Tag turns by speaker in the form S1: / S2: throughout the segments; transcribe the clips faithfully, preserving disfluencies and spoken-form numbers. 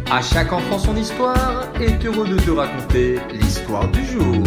S1: À chaque enfant son histoire est heureux de te raconter l'histoire du jour.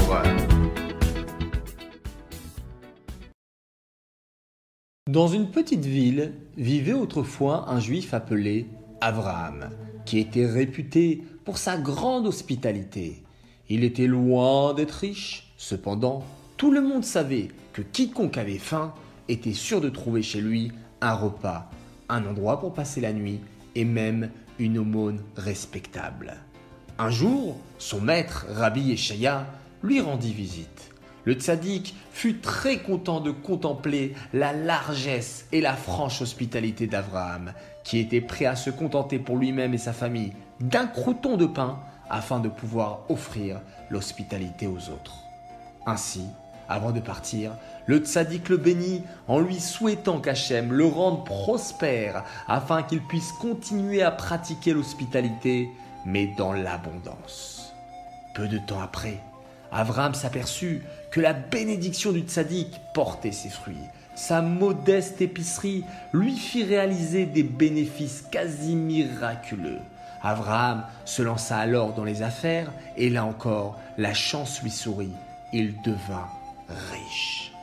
S1: Dans une petite ville vivait autrefois un juif appelé Abraham, qui était réputé pour sa grande hospitalité. Il était loin d'être riche, cependant, tout le monde savait que quiconque avait faim était sûr de trouver chez lui un repas, un endroit pour passer la nuit et même une aumône respectable. Un jour, son maître, Rabbi Yeshaya, lui rendit visite. Le tzaddik fut très content de contempler la largesse et la franche hospitalité d'Abraham, qui était prêt à se contenter pour lui-même et sa famille d'un crouton de pain afin de pouvoir offrir l'hospitalité aux autres. Ainsi, avant de partir, le tzaddik le bénit en lui souhaitant qu'Hachem le rende prospère afin qu'il puisse continuer à pratiquer l'hospitalité, mais dans l'abondance. Peu de temps après, Abraham s'aperçut que la bénédiction du tzaddik portait ses fruits. Sa modeste épicerie lui fit réaliser des bénéfices quasi miraculeux. Abraham se lança alors dans les affaires et là encore, la chance lui sourit. Il devint riche.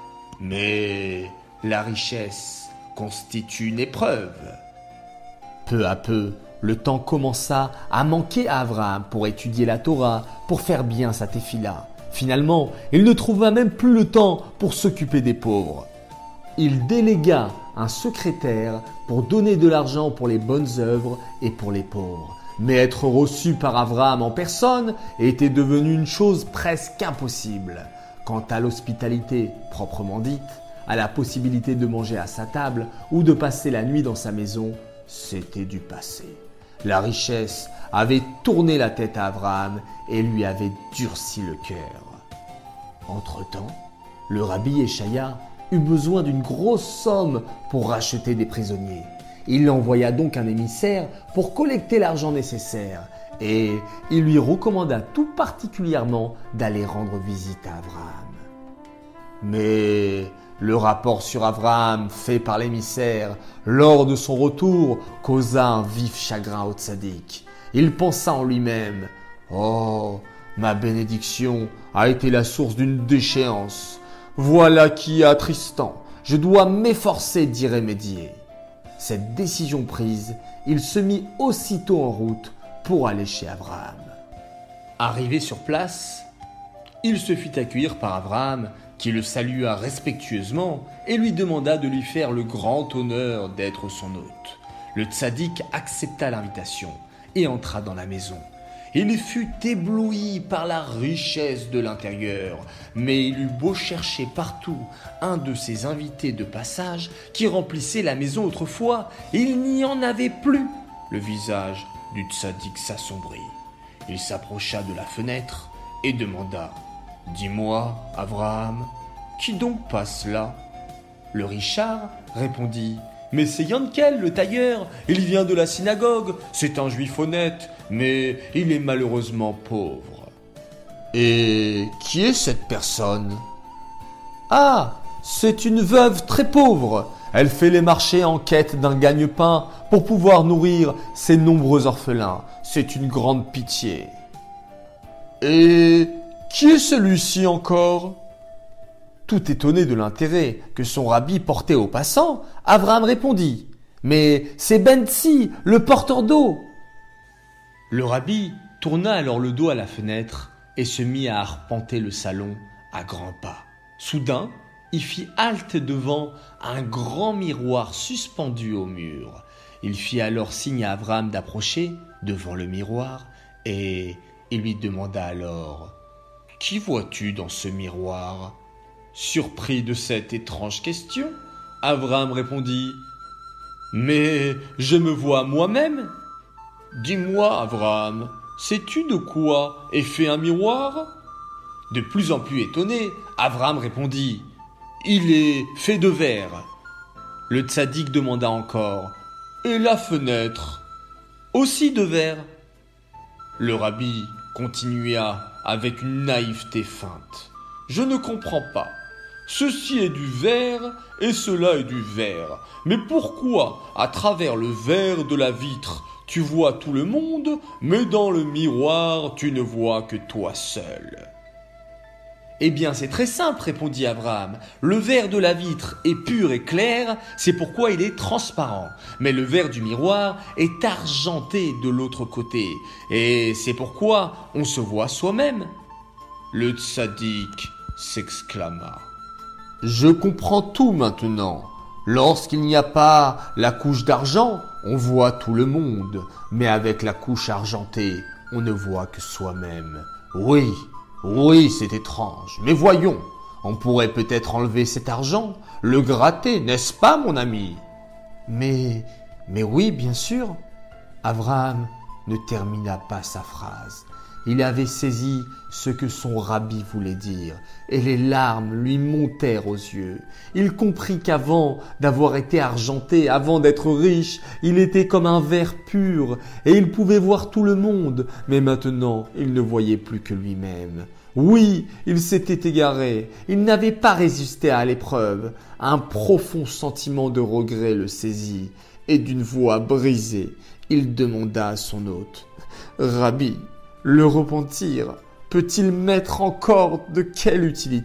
S1: Mais la richesse constitue une épreuve. Peu à peu, le temps commença à manquer à Abraham pour étudier la Torah, pour faire bien sa tefila. Finalement, il ne trouva même plus le temps pour s'occuper des pauvres. Il délégua un secrétaire pour donner de l'argent pour les bonnes œuvres et pour les pauvres. Mais être reçu par Abraham en personne était devenu une chose presque impossible. Quant à l'hospitalité proprement dite, à la possibilité de manger à sa table ou de passer la nuit dans sa maison, c'était du passé. La richesse avait tourné la tête à Abraham et lui avait durci le cœur. Entre-temps, le rabbi Yeshaya eut besoin d'une grosse somme pour racheter des prisonniers. Il envoya donc un émissaire pour collecter l'argent nécessaire et il lui recommanda tout particulièrement d'aller rendre visite à Abraham. Mais le rapport sur Abraham fait par l'émissaire lors de son retour causa un vif chagrin au tzaddik. Il pensa en lui-même « Oh, ma bénédiction a été la source d'une déchéance. Voilà qui est attristant. Je dois m'efforcer d'y remédier. » Cette décision prise, il se mit aussitôt en route pour aller chez Abraham. Arrivé sur place, il se fit accueillir par Abraham, qui le salua respectueusement et lui demanda de lui faire le grand honneur d'être son hôte. Le tzaddik accepta l'invitation et entra dans la maison. Il fut ébloui par la richesse de l'intérieur, mais il eut beau chercher partout un de ses invités de passage qui remplissait la maison autrefois, il n'y en avait plus. Le visage du tzaddik s'assombrit. Il s'approcha de la fenêtre et demanda « Dis-moi, Abraham, qui donc passe là ?» Le richard répondit « Mais c'est Yankel, le tailleur, il vient de la synagogue, c'est un juif honnête, mais il est malheureusement pauvre. » « Et qui est cette personne ?»« Ah, c'est une veuve très pauvre. Elle fait les marchés en quête d'un gagne-pain pour pouvoir nourrir ses nombreux orphelins. C'est une grande pitié. »« Et qui est celui-ci encore ?» Tout étonné de l'intérêt que son rabbi portait aux passants, Abraham répondit « Mais c'est Ben-Tsi, le porteur d'eau !» Le rabbi tourna alors le dos à la fenêtre et se mit à arpenter le salon à grands pas. Soudain, il fit halte devant un grand miroir suspendu au mur. Il fit alors signe à Abraham d'approcher devant le miroir et il lui demanda alors « Qui vois-tu dans ce miroir ?» Surpris de cette étrange question, Abraham répondit « Mais je me vois moi-même. » « Dis-moi, Abraham, sais-tu de quoi est fait un miroir ?» De plus en plus étonné, Abraham répondit « Il est fait de verre. » Le tzaddik demanda encore « Et la fenêtre ? Aussi de verre. » Le rabbi continua avec une naïveté feinte. « Je ne comprends pas. Ceci est du verre et cela est du verre. Mais pourquoi, à travers le verre de la vitre, Tu vois tout le monde, mais dans le miroir, tu ne vois que toi seul. » Eh bien, c'est très simple, répondit Abraham. Le verre de la vitre est pur et clair, c'est pourquoi il est transparent. Mais le verre du miroir est argenté de l'autre côté, et c'est pourquoi on se voit soi-même. Le tzaddik s'exclama. Je comprends tout maintenant. Lorsqu'il n'y a pas la couche d'argent, on voit tout le monde, mais avec la couche argentée, on ne voit que soi-même. Oui. Oui, c'est étrange, mais voyons, on pourrait peut-être enlever cet argent, le gratter, n'est-ce pas, mon ami? Mais, mais oui, bien sûr. Abraham ne termina pas sa phrase. Il avait saisi ce que son rabbi voulait dire, et les larmes lui montèrent aux yeux. Il comprit qu'avant d'avoir été argenté, avant d'être riche, il était comme un verre pur, et il pouvait voir tout le monde, mais maintenant il ne voyait plus que lui-même. Oui, il s'était égaré, il n'avait pas résisté à l'épreuve. Un profond sentiment de regret le saisit, et d'une voix brisée, il demanda à son hôte, « Rabbi, le repentir peut-il m'être encore de quelle utilité ?»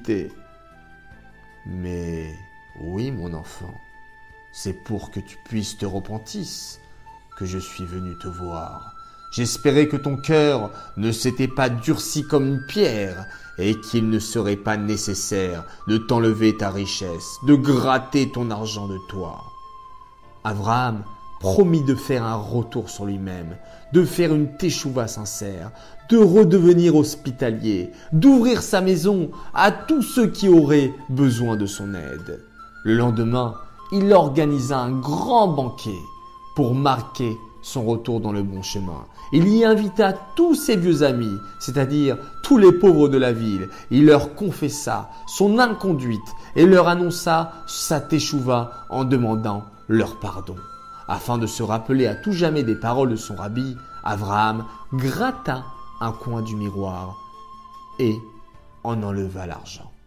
S1: « Mais oui, mon enfant, c'est pour que tu puisses te repentir que je suis venu te voir. J'espérais que ton cœur ne s'était pas durci comme une pierre et qu'il ne serait pas nécessaire de t'enlever ta richesse, de gratter ton argent de toi. » Abraham promit de faire un retour sur lui-même, de faire une teshuva sincère, de redevenir hospitalier, d'ouvrir sa maison à tous ceux qui auraient besoin de son aide. Le lendemain, il organisa un grand banquet pour marquer son retour dans le bon chemin. Il y invita tous ses vieux amis, c'est-à-dire tous les pauvres de la ville. Il leur confessa son inconduite et leur annonça sa teshuva en demandant leur pardon. Afin de se rappeler à tout jamais des paroles de son rabbi, Abraham gratta un coin du miroir et en enleva l'argent.